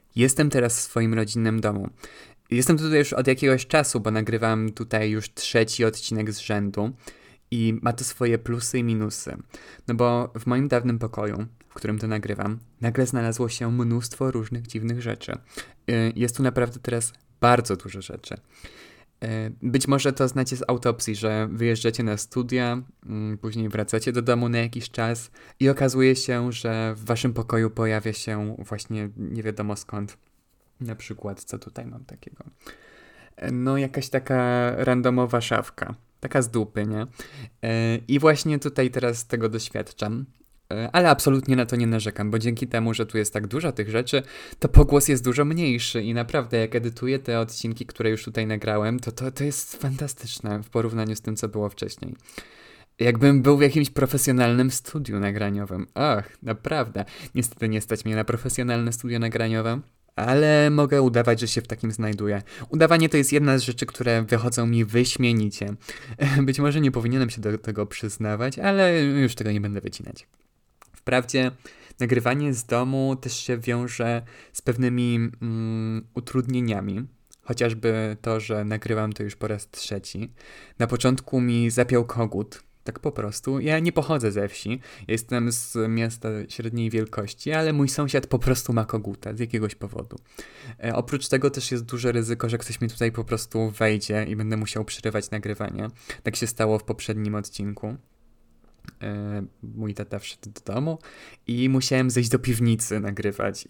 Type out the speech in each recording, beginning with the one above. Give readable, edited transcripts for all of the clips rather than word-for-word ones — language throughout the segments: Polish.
Jestem teraz w swoim rodzinnym domu. Jestem tutaj już od jakiegoś czasu, bo nagrywam tutaj już trzeci odcinek z rzędu i ma to swoje plusy i minusy. No bo w moim dawnym pokoju, w którym to nagrywam, nagle znalazło się mnóstwo różnych dziwnych rzeczy. Jest tu naprawdę teraz bardzo dużo rzeczy. Być może to znacie z autopsji, że wyjeżdżacie na studia, później wracacie do domu na jakiś czas i okazuje się, że w waszym pokoju pojawia się właśnie nie wiadomo skąd. Na przykład, co tutaj mam takiego? No, jakaś taka randomowa szafka. Taka z dupy, nie? I właśnie tutaj teraz tego doświadczam. Ale absolutnie na to nie narzekam, bo dzięki temu, że tu jest tak dużo tych rzeczy, to pogłos jest dużo mniejszy i naprawdę jak edytuję te odcinki, które już tutaj nagrałem, to jest fantastyczne w porównaniu z tym, co było wcześniej. Jakbym był w jakimś profesjonalnym studiu nagraniowym. Ach, naprawdę. Niestety nie stać mnie na profesjonalne studio nagraniowe, ale mogę udawać, że się w takim znajduję. Udawanie to jest jedna z rzeczy, które wychodzą mi wyśmienicie. Być może nie powinienem się do tego przyznawać, ale już tego nie będę wycinać. Wprawdzie nagrywanie z domu też się wiąże z pewnymi utrudnieniami. Chociażby to, że nagrywam to już po raz trzeci. Na początku mi zapiął kogut. Tak po prostu. Ja nie pochodzę ze wsi. Ja jestem z miasta średniej wielkości, ale mój sąsiad po prostu ma koguta z jakiegoś powodu. Oprócz tego też jest duże ryzyko, że ktoś mi tutaj po prostu wejdzie i będę musiał przerywać nagrywanie. Tak się stało w poprzednim odcinku. Mój tata wszedł do domu i musiałem zejść do piwnicy nagrywać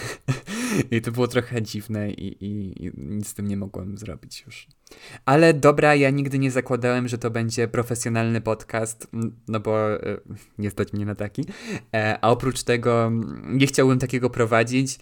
i to było trochę dziwne i nic z tym nie mogłem zrobić już. Ale dobra, ja nigdy nie zakładałem, że to będzie profesjonalny podcast, no bo nie stać mnie na taki, a oprócz tego nie chciałbym takiego prowadzić,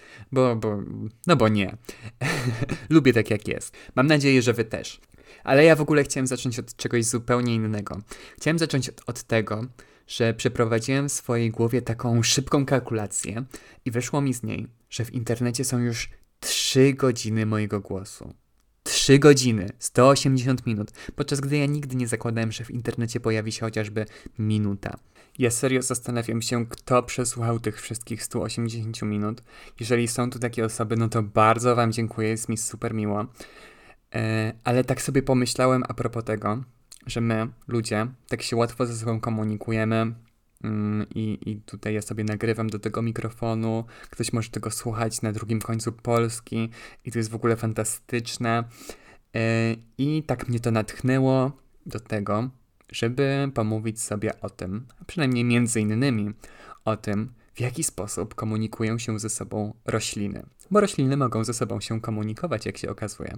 bo nie. Lubię tak jak jest. Mam nadzieję, że wy też. Ale ja w ogóle chciałem zacząć od czegoś zupełnie innego. Chciałem zacząć od tego, że przeprowadziłem w swojej głowie taką szybką kalkulację i wyszło mi z niej, że w internecie są już 3 godziny mojego głosu. 3 godziny, 180 minut, podczas gdy ja nigdy nie zakładałem, że w internecie pojawi się chociażby minuta. Ja serio zastanawiam się, kto przesłuchał tych wszystkich 180 minut. Jeżeli są tu takie osoby, no to bardzo wam dziękuję, jest mi super miło. Ale tak sobie pomyślałem a propos tego, że my, ludzie, tak się łatwo ze sobą komunikujemy i tutaj ja sobie nagrywam do tego mikrofonu, ktoś może tego słuchać na drugim końcu Polski i to jest w ogóle fantastyczne. I tak mnie to natchnęło do tego, żeby pomówić sobie o tym, a przynajmniej między innymi o tym, w jaki sposób komunikują się ze sobą rośliny. Bo rośliny mogą ze sobą się komunikować, jak się okazuje.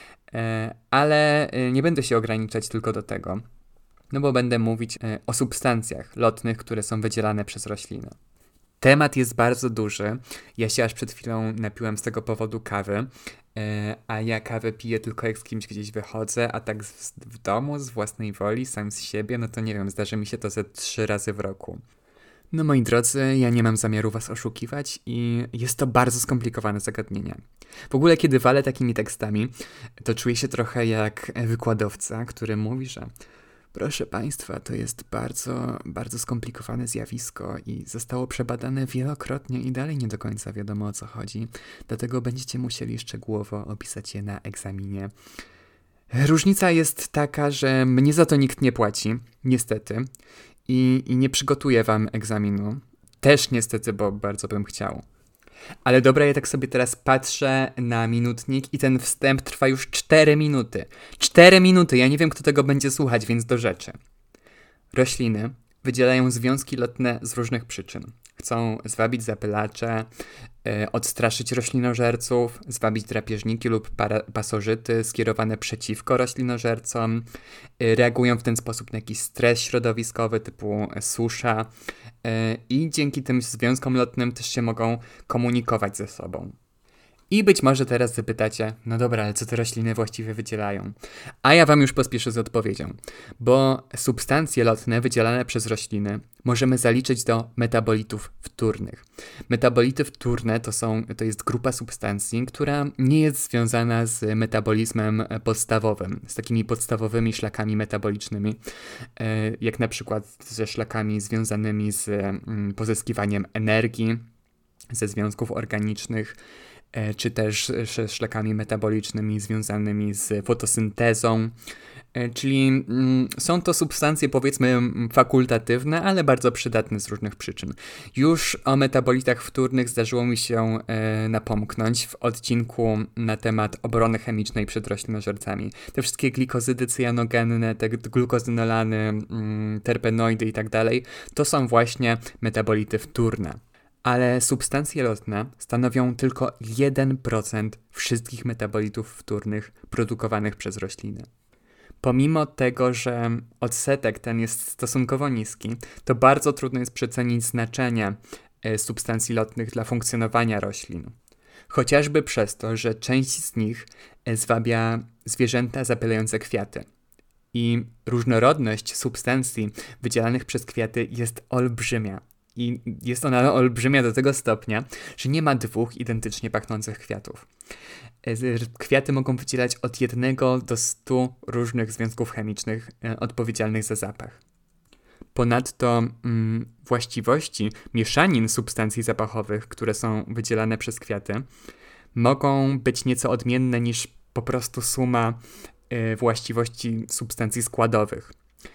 Ale nie będę się ograniczać tylko do tego, no bo będę mówić o substancjach lotnych, które są wydzielane przez rośliny. Temat jest bardzo duży. Ja się aż przed chwilą napiłem z tego powodu kawy, a ja kawę piję tylko jak z kimś gdzieś wychodzę, a tak w domu, z własnej woli, sam z siebie, no to nie wiem, zdarzy mi się to ze 3 razy w roku. No moi drodzy, ja nie mam zamiaru was oszukiwać i jest to bardzo skomplikowane zagadnienie. W ogóle kiedy walę takimi tekstami, to czuję się trochę jak wykładowca, który mówi, że proszę państwa, to jest bardzo, bardzo skomplikowane zjawisko i zostało przebadane wielokrotnie i dalej nie do końca wiadomo o co chodzi, dlatego będziecie musieli szczegółowo opisać je na egzaminie. Różnica jest taka, że mnie za to nikt nie płaci, niestety, i nie przygotuję wam egzaminu. Też niestety, bo bardzo bym chciał. Ale dobra, ja tak sobie teraz patrzę na minutnik i ten wstęp trwa już 4 minuty. 4 minuty! Ja nie wiem, kto tego będzie słuchać, więc do rzeczy. Rośliny wydzielają związki lotne z różnych przyczyn. Chcą zwabić zapylacze, odstraszyć roślinożerców, zwabić drapieżniki lub pasożyty skierowane przeciwko roślinożercom. Reagują w ten sposób na jakiś stres środowiskowy typu susza i dzięki tym związkom lotnym też się mogą komunikować ze sobą. I być może teraz zapytacie, no dobra, ale co te rośliny właściwie wydzielają? A ja wam już pospieszę z odpowiedzią, bo substancje lotne wydzielane przez rośliny możemy zaliczyć do metabolitów wtórnych. Metabolity wtórne to jest grupa substancji, która nie jest związana z metabolizmem podstawowym, z takimi podstawowymi szlakami metabolicznymi, jak na przykład ze szlakami związanymi z pozyskiwaniem energii, ze związków organicznych, czy też szlakami metabolicznymi związanymi z fotosyntezą. Czyli są to substancje, powiedzmy, fakultatywne, ale bardzo przydatne z różnych przyczyn. Już o metabolitach wtórnych zdarzyło mi się napomknąć w odcinku na temat obrony chemicznej przed roślinożercami. Te wszystkie glikozydy cyjanogenne, te glukozynolany, terpenoidy i tak dalej, to są właśnie metabolity wtórne. Ale substancje lotne stanowią tylko 1% wszystkich metabolitów wtórnych produkowanych przez rośliny. Pomimo tego, że odsetek ten jest stosunkowo niski, to bardzo trudno jest przecenić znaczenie substancji lotnych dla funkcjonowania roślin. Chociażby przez to, że część z nich zwabia zwierzęta zapylające kwiaty. I różnorodność substancji wydzielanych przez kwiaty jest olbrzymia. I jest ona olbrzymia do tego stopnia, że nie ma dwóch identycznie pachnących kwiatów. Kwiaty mogą wydzielać od 1 do 100 różnych związków chemicznych odpowiedzialnych za zapach. Ponadto właściwości mieszanin substancji zapachowych, które są wydzielane przez kwiaty, mogą być nieco odmienne niż po prostu suma właściwości substancji składowych.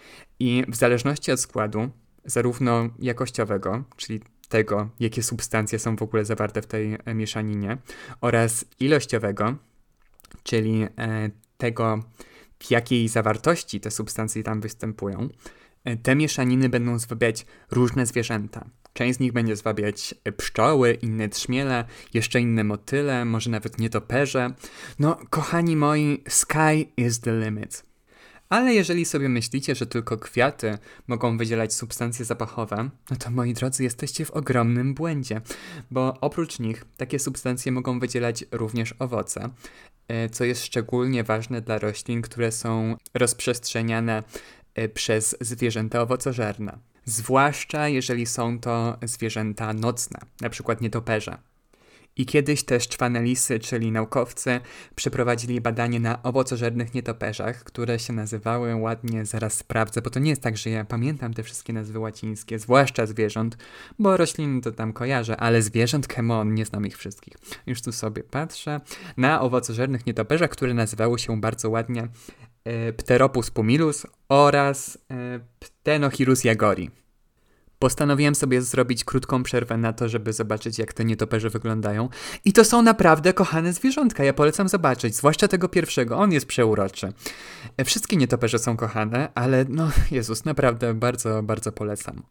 I w zależności od składu, zarówno jakościowego, czyli tego, jakie substancje są w ogóle zawarte w tej mieszaninie, oraz ilościowego, czyli tego, w jakiej zawartości te substancje tam występują, te mieszaniny będą zwabiać różne zwierzęta. Część z nich będzie zwabiać pszczoły, inne trzmiele, jeszcze inne motyle, może nawet nietoperze. No, kochani moi, sky is the limit. Ale jeżeli sobie myślicie, że tylko kwiaty mogą wydzielać substancje zapachowe, no to moi drodzy, jesteście w ogromnym błędzie, bo oprócz nich takie substancje mogą wydzielać również owoce, co jest szczególnie ważne dla roślin, które są rozprzestrzeniane przez zwierzęta owocożerne. Zwłaszcza jeżeli są to zwierzęta nocne, na przykład nietoperze. I kiedyś też szczwane lisy, czyli naukowcy, przeprowadzili badanie na owocożernych nietoperzach, które się nazywały ładnie, zaraz sprawdzę, bo to nie jest tak, że ja pamiętam te wszystkie nazwy łacińskie, zwłaszcza zwierząt, bo rośliny to tam kojarzę, ale zwierząt, come on, nie znam ich wszystkich. Już tu sobie patrzę na owocożernych nietoperzach, które nazywały się bardzo ładnie Pteropus pumilus oraz Ptenochirus jagori. Postanowiłem sobie zrobić krótką przerwę na to, żeby zobaczyć, jak te nietoperze wyglądają. I to są naprawdę kochane zwierzątka. Ja polecam zobaczyć, zwłaszcza tego pierwszego. On jest przeuroczy. Wszystkie nietoperze są kochane, ale no Jezus, naprawdę bardzo, bardzo polecam.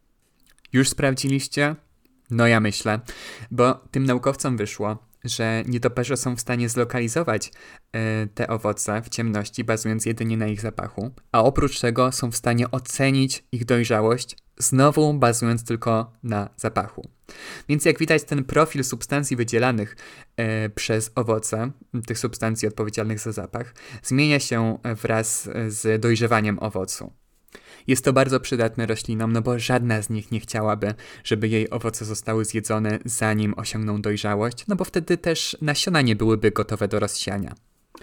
Już sprawdziliście? No ja myślę, bo tym naukowcom wyszło, że nietoperze są w stanie zlokalizować te owoce w ciemności, bazując jedynie na ich zapachu, a oprócz tego są w stanie ocenić ich dojrzałość, znowu bazując tylko na zapachu. Więc jak widać, ten profil substancji wydzielanych przez owoce, tych substancji odpowiedzialnych za zapach, zmienia się wraz z dojrzewaniem owocu. Jest to bardzo przydatne roślinom, no bo żadna z nich nie chciałaby, żeby jej owoce zostały zjedzone zanim osiągną dojrzałość, no bo wtedy też nasiona nie byłyby gotowe do rozsiania.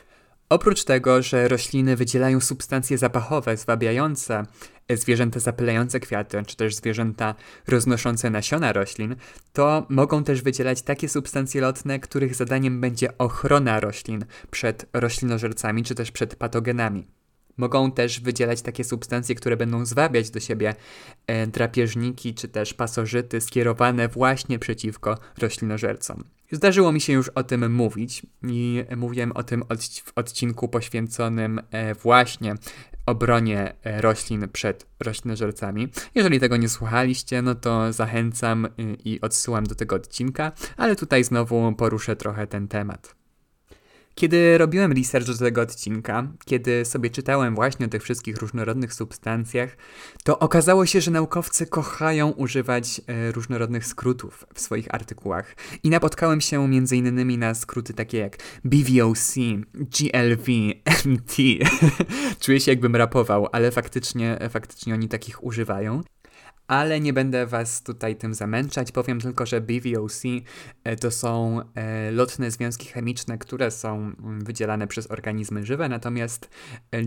Oprócz tego, że rośliny wydzielają substancje zapachowe zwabiające zwierzęta zapylające kwiaty, czy też zwierzęta roznoszące nasiona roślin, to mogą też wydzielać takie substancje lotne, których zadaniem będzie ochrona roślin przed roślinożercami, czy też przed patogenami. Mogą też wydzielać takie substancje, które będą zwabiać do siebie drapieżniki czy też pasożyty skierowane właśnie przeciwko roślinożercom. Zdarzyło mi się już o tym mówić i mówiłem o tym w odcinku poświęconym właśnie obronie roślin przed roślinożercami. Jeżeli tego nie słuchaliście, no to zachęcam i odsyłam do tego odcinka, ale tutaj znowu poruszę trochę ten temat. Kiedy robiłem research do tego odcinka, kiedy sobie czytałem właśnie o tych wszystkich różnorodnych substancjach, to okazało się, że naukowcy kochają używać różnorodnych skrótów w swoich artykułach. I napotkałem się m.in. na skróty takie jak BVOC, GLV, MT. Czuję się jakbym rapował, ale faktycznie oni takich używają. Ale nie będę was tutaj tym zamęczać, powiem tylko, że BVOC to są lotne związki chemiczne, które są wydzielane przez organizmy żywe, natomiast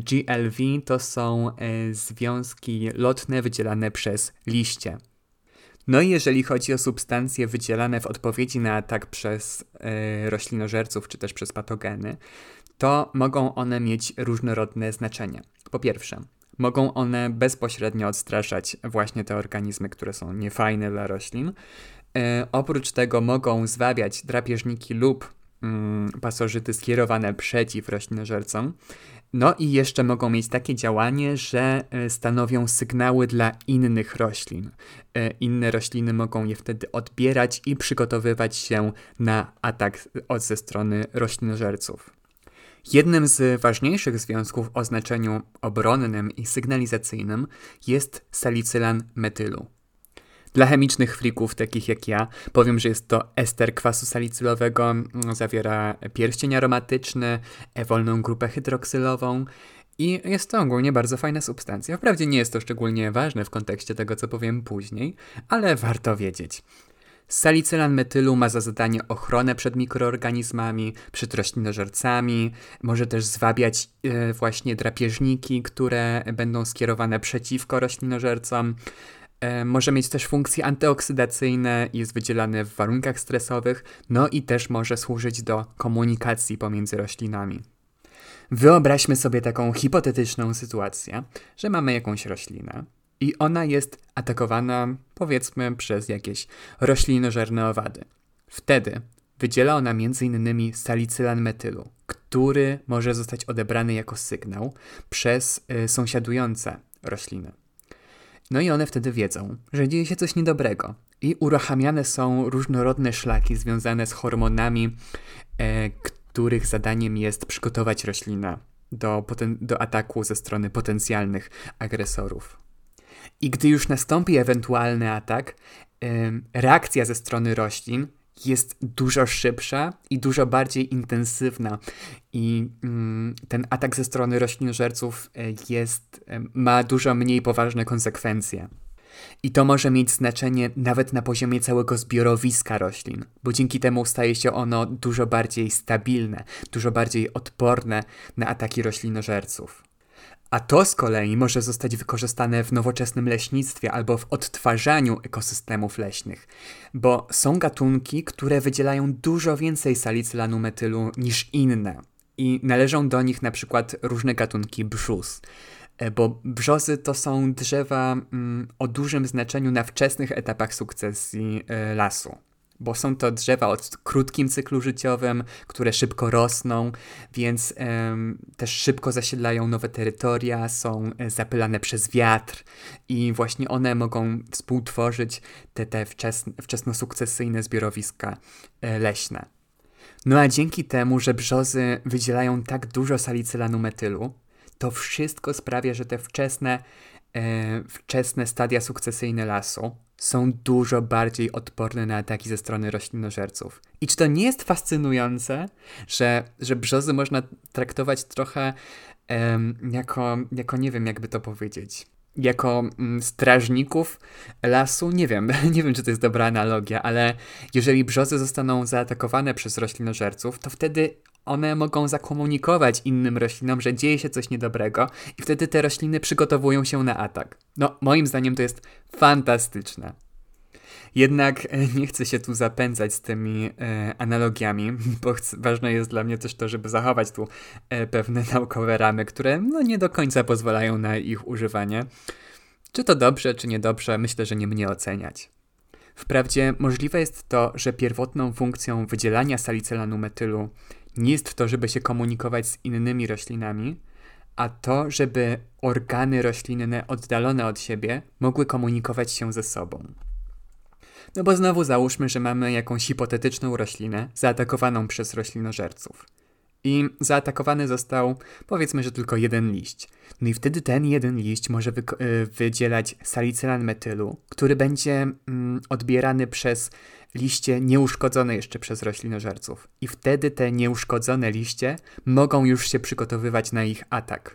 GLV to są związki lotne wydzielane przez liście. No i jeżeli chodzi o substancje wydzielane w odpowiedzi na atak przez roślinożerców czy też przez patogeny, to mogą one mieć różnorodne znaczenie. Po pierwsze, mogą one bezpośrednio odstraszać właśnie te organizmy, które są niefajne dla roślin. Oprócz tego mogą zwabiać drapieżniki lub pasożyty skierowane przeciw roślinożercom. No i jeszcze mogą mieć takie działanie, że stanowią sygnały dla innych roślin. Inne rośliny mogą je wtedy odbierać i przygotowywać się na atak ze strony roślinożerców. Jednym z ważniejszych związków o znaczeniu obronnym i sygnalizacyjnym jest salicylan metylu. Dla chemicznych frików, takich jak ja, powiem, że jest to ester kwasu salicylowego, zawiera pierścień aromatyczny, wolną grupę hydroksylową i jest to ogólnie bardzo fajna substancja. Wprawdzie nie jest to szczególnie ważne w kontekście tego, co powiem później, ale warto wiedzieć. Salicylan metylu ma za zadanie ochronę przed mikroorganizmami, przed roślinożercami, może też zwabiać właśnie drapieżniki, które będą skierowane przeciwko roślinożercom. Może mieć też funkcje antyoksydacyjne, jest wydzielany w warunkach stresowych, no i też może służyć do komunikacji pomiędzy roślinami. Wyobraźmy sobie taką hipotetyczną sytuację, że mamy jakąś roślinę i ona jest atakowana, powiedzmy, przez jakieś roślinożerne owady. Wtedy wydziela ona m.in. salicylan metylu, który może zostać odebrany jako sygnał przez sąsiadujące rośliny. No i one wtedy wiedzą, że dzieje się coś niedobrego i uruchamiane są różnorodne szlaki związane z hormonami, których zadaniem jest przygotować roślinę do ataku ze strony potencjalnych agresorów. I gdy już nastąpi ewentualny atak, reakcja ze strony roślin jest dużo szybsza i dużo bardziej intensywna. I ten atak ze strony roślinożerców ma dużo mniej poważne konsekwencje. I to może mieć znaczenie nawet na poziomie całego zbiorowiska roślin, bo dzięki temu staje się ono dużo bardziej stabilne, dużo bardziej odporne na ataki roślinożerców. A to z kolei może zostać wykorzystane w nowoczesnym leśnictwie albo w odtwarzaniu ekosystemów leśnych, bo są gatunki, które wydzielają dużo więcej salicylanu metylu niż inne i należą do nich na przykład różne gatunki brzóz, bo brzozy to są drzewa o dużym znaczeniu na wczesnych etapach sukcesji lasu. Bo są to drzewa o krótkim cyklu życiowym, które szybko rosną, więc też szybko zasiedlają nowe terytoria, są zapylane przez wiatr i właśnie one mogą współtworzyć te wczesnosukcesyjne zbiorowiska leśne. No a dzięki temu, że brzozy wydzielają tak dużo salicylanu metylu, to wszystko sprawia, że te wczesne stadia sukcesyjne lasu są dużo bardziej odporne na ataki ze strony roślinożerców. I czy to nie jest fascynujące, że brzozy można traktować trochę jako nie wiem, jakby to powiedzieć, jako strażników lasu? Nie wiem, czy to jest dobra analogia, ale jeżeli brzozy zostaną zaatakowane przez roślinożerców, to wtedy one mogą zakomunikować innym roślinom, że dzieje się coś niedobrego i wtedy te rośliny przygotowują się na atak. No, moim zdaniem to jest fantastyczne. Jednak nie chcę się tu zapędzać z tymi analogiami, bo ważne jest dla mnie też to, żeby zachować tu pewne naukowe ramy, które nie do końca pozwalają na ich używanie. Czy to dobrze, czy niedobrze, myślę, że nie mnie oceniać. Wprawdzie możliwe jest to, że pierwotną funkcją wydzielania salicylanu metylu nie jest to, żeby się komunikować z innymi roślinami, a to, żeby organy roślinne oddalone od siebie mogły komunikować się ze sobą. No bo znowu załóżmy, że mamy jakąś hipotetyczną roślinę zaatakowaną przez roślinożerców. I zaatakowany został, powiedzmy, że tylko jeden liść. No i wtedy ten jeden liść może wydzielać salicylan metylu, który będzie odbierany przez liście nieuszkodzone jeszcze przez roślinożerców. I wtedy te nieuszkodzone liście mogą już się przygotowywać na ich atak.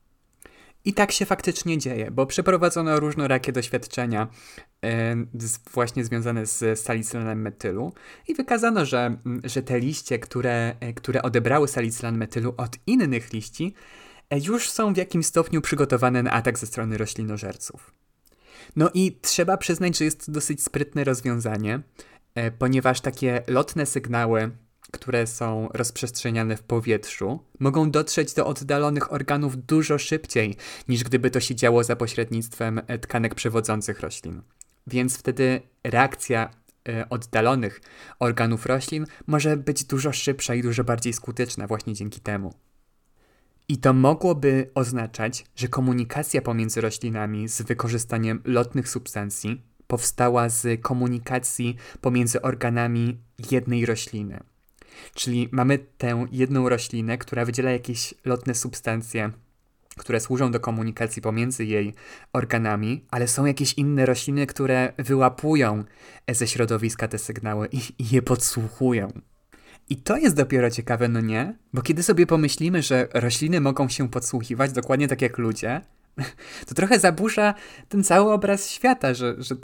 I tak się faktycznie dzieje, bo przeprowadzono różnorakie doświadczenia właśnie związane z salicylanem metylu i wykazano, że te liście, które odebrały salicylan metylu od innych liści, już są w jakimś stopniu przygotowane na atak ze strony roślinożerców. No i trzeba przyznać, że jest to dosyć sprytne rozwiązanie, ponieważ takie lotne sygnały, które są rozprzestrzeniane w powietrzu, mogą dotrzeć do oddalonych organów dużo szybciej, niż gdyby to się działo za pośrednictwem tkanek przewodzących roślin. Więc wtedy reakcja oddalonych organów roślin może być dużo szybsza i dużo bardziej skuteczna właśnie dzięki temu. I to mogłoby oznaczać, że komunikacja pomiędzy roślinami z wykorzystaniem lotnych substancji powstała z komunikacji pomiędzy organami jednej rośliny. Czyli mamy tę jedną roślinę, która wydziela jakieś lotne substancje, które służą do komunikacji pomiędzy jej organami, ale są jakieś inne rośliny, które wyłapują ze środowiska te sygnały i je podsłuchują. I to jest dopiero ciekawe, no nie? Bo kiedy sobie pomyślimy, że rośliny mogą się podsłuchiwać dokładnie tak jak ludzie, to trochę zaburza ten cały obraz świata,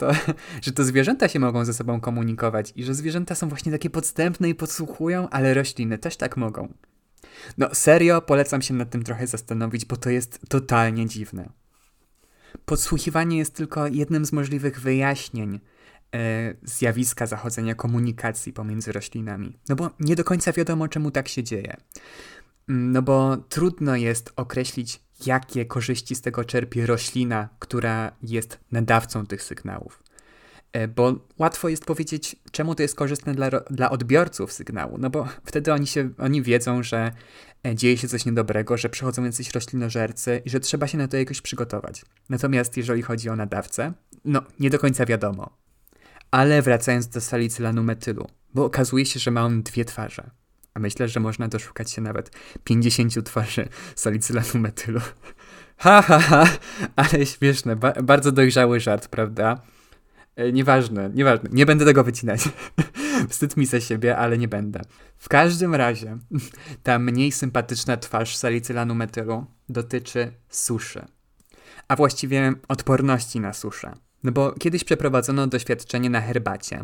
że to zwierzęta się mogą ze sobą komunikować i że zwierzęta są właśnie takie podstępne i podsłuchują, ale rośliny też tak mogą. No serio, polecam się nad tym trochę zastanowić, bo to jest totalnie dziwne. Podsłuchiwanie jest tylko jednym z możliwych wyjaśnień zjawiska zachodzenia komunikacji pomiędzy roślinami. No bo nie do końca wiadomo, czemu tak się dzieje. No bo trudno jest określić, jakie korzyści z tego czerpie roślina, która jest nadawcą tych sygnałów. Bo łatwo jest powiedzieć, czemu to jest korzystne dla odbiorców sygnału, no bo wtedy oni wiedzą, że dzieje się coś niedobrego, że przychodzą jacyś roślinożercy i że trzeba się na to jakoś przygotować. Natomiast jeżeli chodzi o nadawcę, no nie do końca wiadomo. Ale wracając do salicylanu metylu, bo okazuje się, że ma on 2 twarze. A myślę, że można doszukać się nawet 50 twarzy salicylanu metylu. Ha, ale śmieszne, bardzo dojrzały żart, prawda? Nieważne, nie będę tego wycinać. Wstyd mi ze siebie, ale nie będę. W każdym razie, ta mniej sympatyczna twarz salicylanu metylu dotyczy suszy. A właściwie odporności na suszę. No bo kiedyś przeprowadzono doświadczenie na herbacie,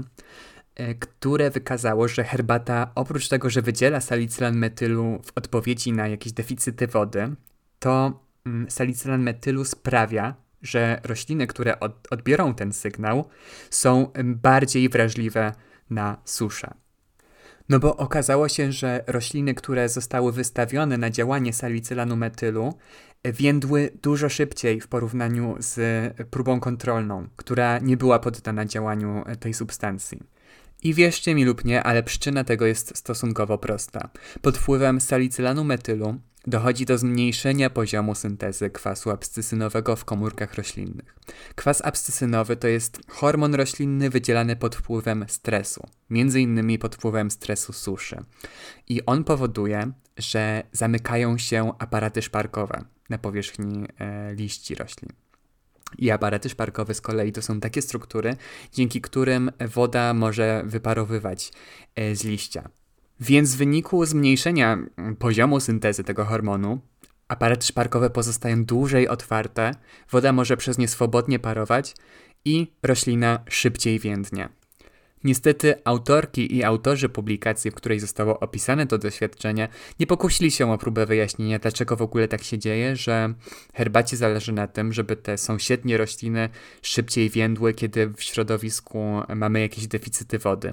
które wykazało, że herbata oprócz tego, że wydziela salicylan metylu w odpowiedzi na jakieś deficyty wody, to salicylan metylu sprawia, że rośliny, które odbiorą ten sygnał, są bardziej wrażliwe na suszę. No bo okazało się, że rośliny, które zostały wystawione na działanie salicylanu metylu, więdły dużo szybciej w porównaniu z próbą kontrolną, która nie była poddana działaniu tej substancji. I wierzcie mi lub nie, ale przyczyna tego jest stosunkowo prosta. Pod wpływem salicylanu metylu dochodzi do zmniejszenia poziomu syntezy kwasu abscysynowego w komórkach roślinnych. Kwas abscysynowy to jest hormon roślinny wydzielany pod wpływem stresu, między innymi pod wpływem stresu suszy. I on powoduje, że zamykają się aparaty szparkowe na powierzchni liści roślin. I aparaty szparkowe z kolei to są takie struktury, dzięki którym woda może wyparowywać z liścia. Więc w wyniku zmniejszenia poziomu syntezy tego hormonu, aparaty szparkowe pozostają dłużej otwarte, woda może przez nie swobodnie parować i roślina szybciej więdnie. Niestety autorki i autorzy publikacji, w której zostało opisane to doświadczenie, nie pokusili się o próbę wyjaśnienia, dlaczego w ogóle tak się dzieje, że herbacie zależy na tym, żeby te sąsiednie rośliny szybciej więdły, kiedy w środowisku mamy jakieś deficyty wody.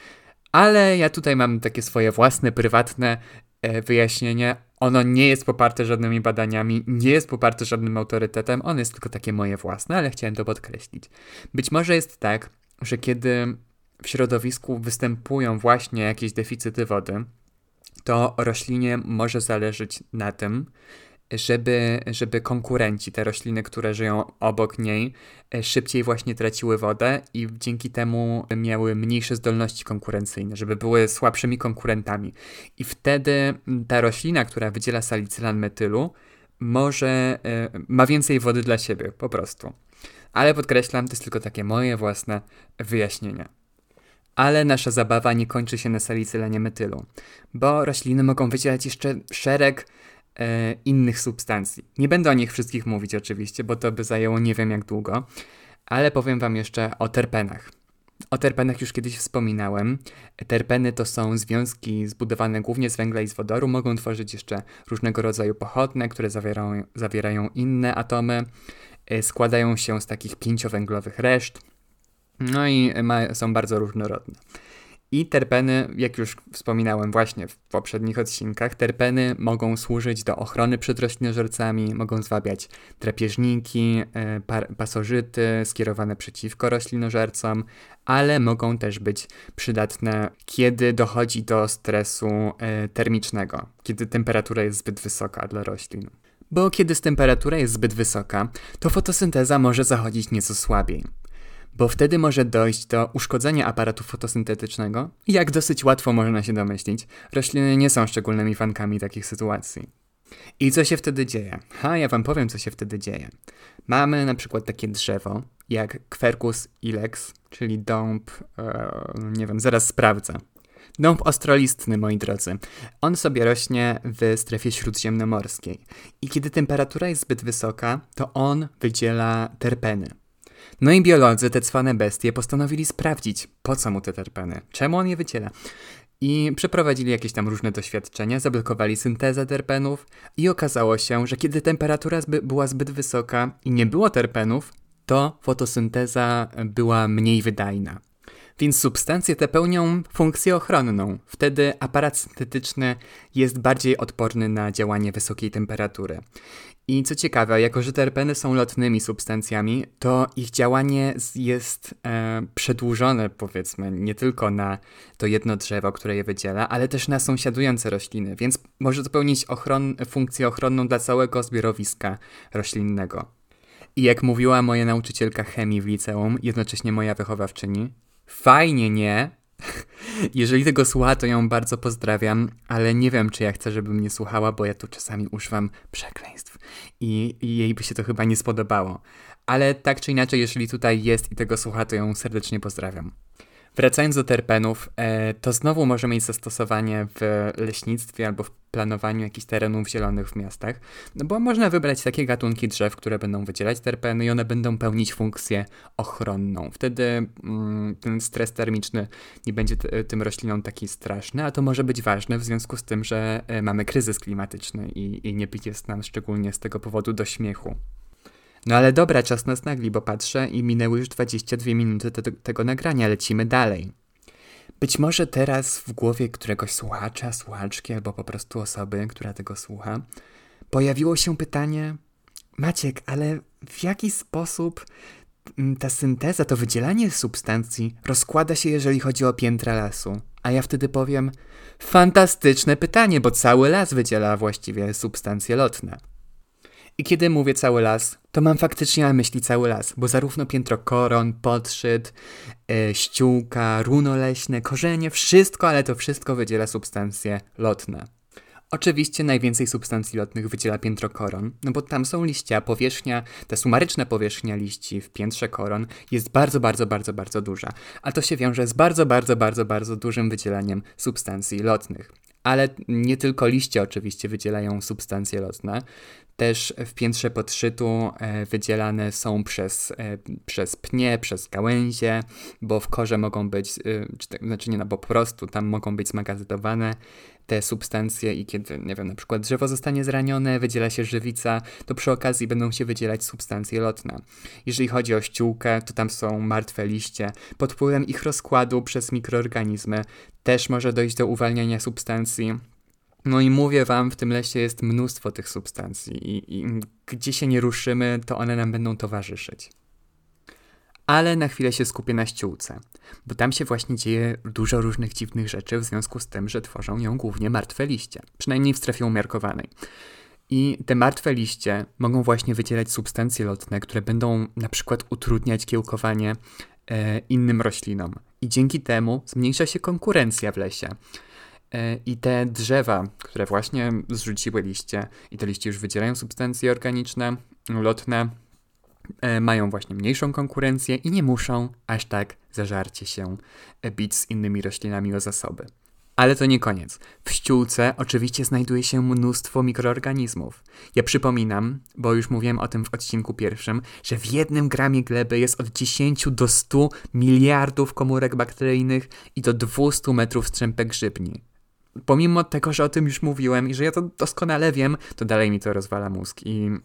Ale ja tutaj mam takie swoje własne, prywatne wyjaśnienie. Ono nie jest poparte żadnymi badaniami, nie jest poparte żadnym autorytetem, ono jest tylko takie moje własne, ale chciałem to podkreślić. Być może jest tak, że kiedy w środowisku występują właśnie jakieś deficyty wody, to roślinie może zależeć na tym, żeby konkurenci, te rośliny, które żyją obok niej, szybciej właśnie traciły wodę i dzięki temu miały mniejsze zdolności konkurencyjne, żeby były słabszymi konkurentami. I wtedy ta roślina, która wydziela salicylan metylu, ma więcej wody dla siebie, po prostu. Ale podkreślam, to jest tylko takie moje własne wyjaśnienia. Ale nasza zabawa nie kończy się na salicylanie metylu, bo rośliny mogą wydzielać jeszcze szereg innych substancji. Nie będę o nich wszystkich mówić oczywiście, bo to by zajęło nie wiem jak długo, ale powiem wam jeszcze o terpenach. O terpenach już kiedyś wspominałem. Terpeny to są związki zbudowane głównie z węgla i z wodoru. Mogą tworzyć jeszcze różnego rodzaju pochodne, które zawierają inne atomy. składają się z takich pięciowęglowych reszt, no i są bardzo różnorodne. I terpeny, jak już wspominałem właśnie w poprzednich odcinkach, terpeny mogą służyć do ochrony przed roślinożercami, mogą zwabiać drapieżniki, pasożyty skierowane przeciwko roślinożercom, ale mogą też być przydatne, kiedy dochodzi do stresu termicznego, kiedy temperatura jest zbyt wysoka dla roślin. Bo kiedy temperatura jest zbyt wysoka, to fotosynteza może zachodzić nieco słabiej. Bo wtedy może dojść do uszkodzenia aparatu fotosyntetycznego i jak dosyć łatwo można się domyślić, rośliny nie są szczególnymi fankami takich sytuacji. I co się wtedy dzieje? Ja wam powiem, co się wtedy dzieje. Mamy na przykład takie drzewo, jak Quercus ilex, czyli dąb, zaraz sprawdzę. Dąb ostrolistny, moi drodzy. On sobie rośnie w strefie śródziemnomorskiej. I kiedy temperatura jest zbyt wysoka, to on wydziela terpeny. No i biolodzy, te cwane bestie, postanowili sprawdzić, po co mu te terpeny, czemu on je wydziela. I przeprowadzili jakieś tam różne doświadczenia, zablokowali syntezę terpenów i okazało się, że kiedy temperatura była zbyt wysoka i nie było terpenów, to fotosynteza była mniej wydajna. Więc substancje te pełnią funkcję ochronną. Wtedy aparat syntetyczny jest bardziej odporny na działanie wysokiej temperatury. I co ciekawe, jako że terpeny są lotnymi substancjami, to ich działanie jest przedłużone, powiedzmy, nie tylko na to jedno drzewo, które je wydziela, ale też na sąsiadujące rośliny, więc może to pełnić funkcję ochronną dla całego zbiorowiska roślinnego. I jak mówiła moja nauczycielka chemii w liceum, jednocześnie moja wychowawczyni, fajnie, nie? Jeżeli tego słucha, to ją bardzo pozdrawiam, ale nie wiem, czy ja chcę, żeby mnie słuchała, bo ja tu czasami używam przekleństw i jej by się to chyba nie spodobało. Ale tak czy inaczej, jeżeli tutaj jest i tego słucha, to ją serdecznie pozdrawiam. Wracając do terpenów, to znowu może mieć zastosowanie w leśnictwie albo w planowaniu jakichś terenów zielonych w miastach, no bo można wybrać takie gatunki drzew, które będą wydzielać terpeny i one będą pełnić funkcję ochronną. Wtedy ten stres termiczny nie będzie tym roślinom taki straszny, a to może być ważne w związku z tym, że mamy kryzys klimatyczny i nie jest nam szczególnie z tego powodu do śmiechu. No ale dobra, czas nas nagli, bo patrzę i minęły już 22 minuty tego nagrania, lecimy dalej. Być może teraz w głowie któregoś słuchacza, słuchaczki albo po prostu osoby, która tego słucha, pojawiło się pytanie: Maciek, ale w jaki sposób ta synteza, to wydzielanie substancji rozkłada się, jeżeli chodzi o piętra lasu? A ja wtedy powiem: fantastyczne pytanie, bo cały las wydziela właściwie substancje lotne. I kiedy mówię cały las, to mam faktycznie na myśli cały las, bo zarówno piętro koron, podszyt, ściółka, runo leśne, korzenie, wszystko, ale to wszystko wydziela substancje lotne. Oczywiście najwięcej substancji lotnych wydziela piętro koron, no bo tam są liście, a powierzchnia, ta sumaryczna powierzchnia liści w piętrze koron jest bardzo, bardzo, bardzo, bardzo duża. A to się wiąże z bardzo, bardzo, bardzo, bardzo dużym wydzielaniem substancji lotnych. Ale nie tylko liście oczywiście wydzielają substancje lotne, też w piętrze podszytu wydzielane są przez pnie, przez gałęzie, bo w korze mogą być, bo po prostu tam mogą być zmagazynowane te substancje i kiedy, na przykład drzewo zostanie zranione, wydziela się żywica, to przy okazji będą się wydzielać substancje lotne. Jeżeli chodzi o ściółkę, to tam są martwe liście. Pod wpływem ich rozkładu przez mikroorganizmy też może dojść do uwalniania substancji. No i mówię wam, w tym lesie jest mnóstwo tych substancji i gdzie się nie ruszymy, to one nam będą towarzyszyć. Ale na chwilę się skupię na ściółce, bo tam się właśnie dzieje dużo różnych dziwnych rzeczy w związku z tym, że tworzą ją głównie martwe liście, przynajmniej w strefie umiarkowanej. I te martwe liście mogą właśnie wydzielać substancje lotne, które będą na przykład utrudniać kiełkowanie innym roślinom. I dzięki temu zmniejsza się konkurencja w lesie. I te drzewa, które właśnie zrzuciły liście i te liście już wydzielają substancje organiczne, lotne, mają właśnie mniejszą konkurencję i nie muszą aż tak zażarcie się bić z innymi roślinami o zasoby. Ale to nie koniec. W ściółce oczywiście znajduje się mnóstwo mikroorganizmów. Ja przypominam, bo już mówiłem o tym w odcinku pierwszym, że w 1 gramie gleby jest od 10 do 100 miliardów komórek bakteryjnych i do 200 metrów strzępek grzybni. Pomimo tego, że o tym już mówiłem i że ja to doskonale wiem, to dalej mi to rozwala mózg i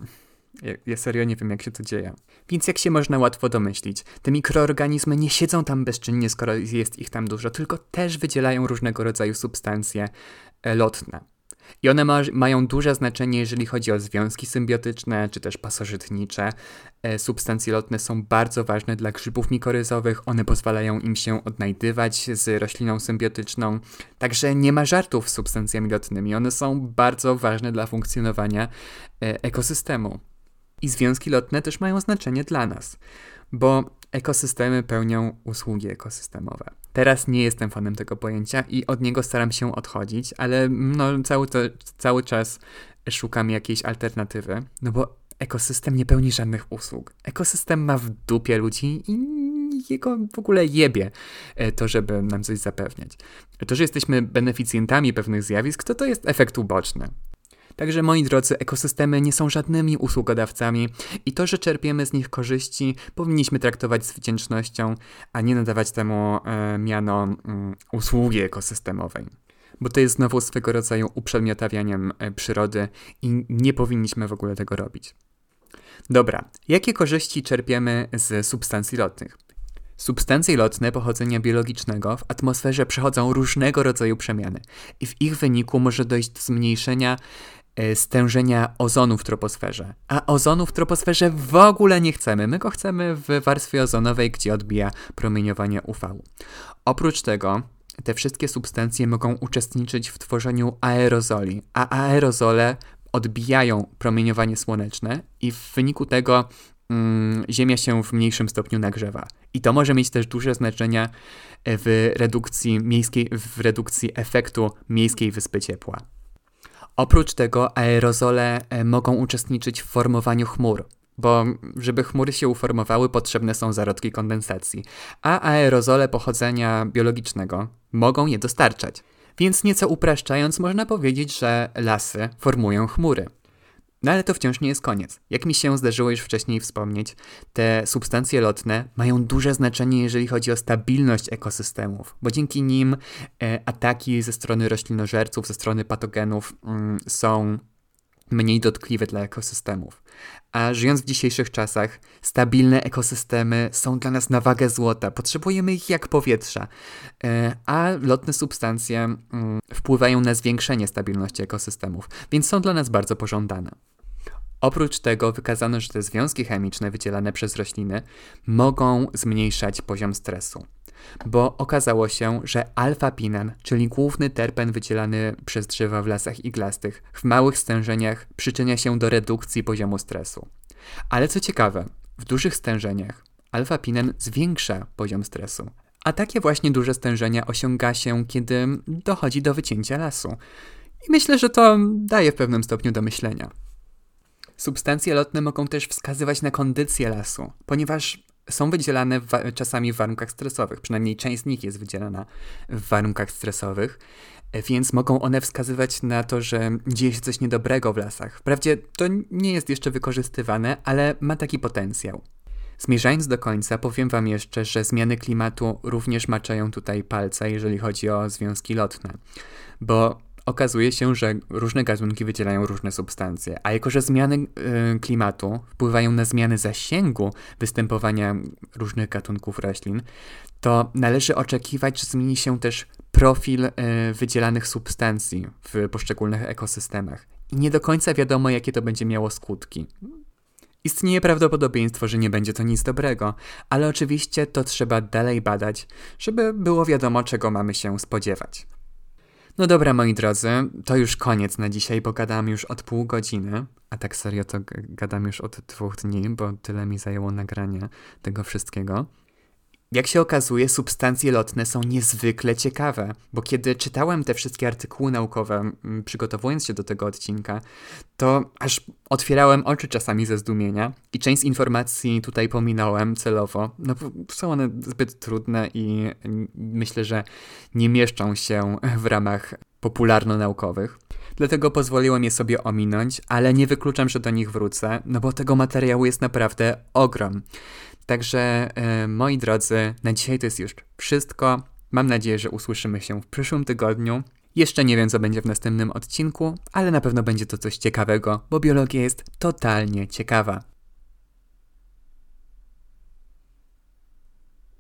Ja serio nie wiem, jak się to dzieje. Więc jak się można łatwo domyślić, te mikroorganizmy nie siedzą tam bezczynnie, skoro jest ich tam dużo, tylko też wydzielają różnego rodzaju substancje lotne. I one mają duże znaczenie, jeżeli chodzi o związki symbiotyczne, czy też pasożytnicze. Substancje lotne są bardzo ważne dla grzybów mikoryzowych, one pozwalają im się odnajdywać z rośliną symbiotyczną. Także nie ma żartów z substancjami lotnymi, one są bardzo ważne dla funkcjonowania ekosystemu. I związki lotne też mają znaczenie dla nas, bo ekosystemy pełnią usługi ekosystemowe. Teraz nie jestem fanem tego pojęcia i od niego staram się odchodzić, ale cały czas szukam jakiejś alternatywy, no bo ekosystem nie pełni żadnych usług. Ekosystem ma w dupie ludzi i jego w ogóle jebie to, żeby nam coś zapewniać. To, że jesteśmy beneficjentami pewnych zjawisk, to jest efekt uboczny. Także moi drodzy, ekosystemy nie są żadnymi usługodawcami i to, że czerpiemy z nich korzyści, powinniśmy traktować z wdzięcznością, a nie nadawać temu miano usługi ekosystemowej. Bo to jest znowu swego rodzaju uprzedmiotawianiem przyrody i nie powinniśmy w ogóle tego robić. Dobra, jakie korzyści czerpiemy z substancji lotnych? Substancje lotne pochodzenia biologicznego w atmosferze przechodzą różnego rodzaju przemiany i w ich wyniku może dojść do zmniejszenia stężenia ozonu w troposferze. A ozonu w troposferze w ogóle nie chcemy. My go chcemy w warstwie ozonowej, gdzie odbija promieniowanie UV. Oprócz tego te wszystkie substancje mogą uczestniczyć w tworzeniu aerozoli, a aerozole odbijają promieniowanie słoneczne i w wyniku tego Ziemia się w mniejszym stopniu nagrzewa. I to może mieć też duże znaczenie w redukcji efektu miejskiej wyspy ciepła. Oprócz tego aerozole mogą uczestniczyć w formowaniu chmur, bo żeby chmury się uformowały, potrzebne są zarodki kondensacji, a aerozole pochodzenia biologicznego mogą je dostarczać. Więc nieco upraszczając, można powiedzieć, że lasy formują chmury. No ale to wciąż nie jest koniec. Jak mi się zdarzyło już wcześniej wspomnieć, te substancje lotne mają duże znaczenie, jeżeli chodzi o stabilność ekosystemów, bo dzięki nim ataki ze strony roślinożerców, ze strony patogenów są mniej dotkliwe dla ekosystemów. A żyjąc w dzisiejszych czasach, stabilne ekosystemy są dla nas na wagę złota. Potrzebujemy ich jak powietrza. A lotne substancje wpływają na zwiększenie stabilności ekosystemów, więc są dla nas bardzo pożądane. Oprócz tego wykazano, że te związki chemiczne wydzielane przez rośliny mogą zmniejszać poziom stresu. Bo okazało się, że alfa-pinan, czyli główny terpen wydzielany przez drzewa w lasach iglastych, w małych stężeniach przyczynia się do redukcji poziomu stresu. Ale co ciekawe, w dużych stężeniach alfa-pinan zwiększa poziom stresu. A takie właśnie duże stężenia osiąga się, kiedy dochodzi do wycięcia lasu. I myślę, że to daje w pewnym stopniu do myślenia. Substancje lotne mogą też wskazywać na kondycję lasu, ponieważ są wydzielane czasami w warunkach stresowych, przynajmniej część z nich jest wydzielana w warunkach stresowych, więc mogą one wskazywać na to, że dzieje się coś niedobrego w lasach. Wprawdzie to nie jest jeszcze wykorzystywane, ale ma taki potencjał. Zmierzając do końca, powiem wam jeszcze, że zmiany klimatu również maczają tutaj palce, jeżeli chodzi o związki lotne, bo okazuje się, że różne gatunki wydzielają różne substancje, a jako że zmiany klimatu wpływają na zmiany zasięgu występowania różnych gatunków roślin, to należy oczekiwać, że zmieni się też profil wydzielanych substancji w poszczególnych ekosystemach. I nie do końca wiadomo, jakie to będzie miało skutki. Istnieje prawdopodobieństwo, że nie będzie to nic dobrego, ale oczywiście to trzeba dalej badać, żeby było wiadomo, czego mamy się spodziewać. No dobra, moi drodzy, to już koniec na dzisiaj, bo gadam już od pół godziny, a tak serio to gadam już od 2 dni, bo tyle mi zajęło nagranie tego wszystkiego. Jak się okazuje, substancje lotne są niezwykle ciekawe, bo kiedy czytałem te wszystkie artykuły naukowe, przygotowując się do tego odcinka, to aż otwierałem oczy czasami ze zdumienia i część z informacji tutaj pominąłem celowo, no bo są one zbyt trudne i myślę, że nie mieszczą się w ramach popularno-naukowych. Dlatego pozwoliłem je sobie ominąć, ale nie wykluczam, że do nich wrócę, no bo tego materiału jest naprawdę ogrom. Także, moi drodzy, na dzisiaj to jest już wszystko. Mam nadzieję, że usłyszymy się w przyszłym tygodniu. Jeszcze nie wiem, co będzie w następnym odcinku, ale na pewno będzie to coś ciekawego, bo biologia jest totalnie ciekawa.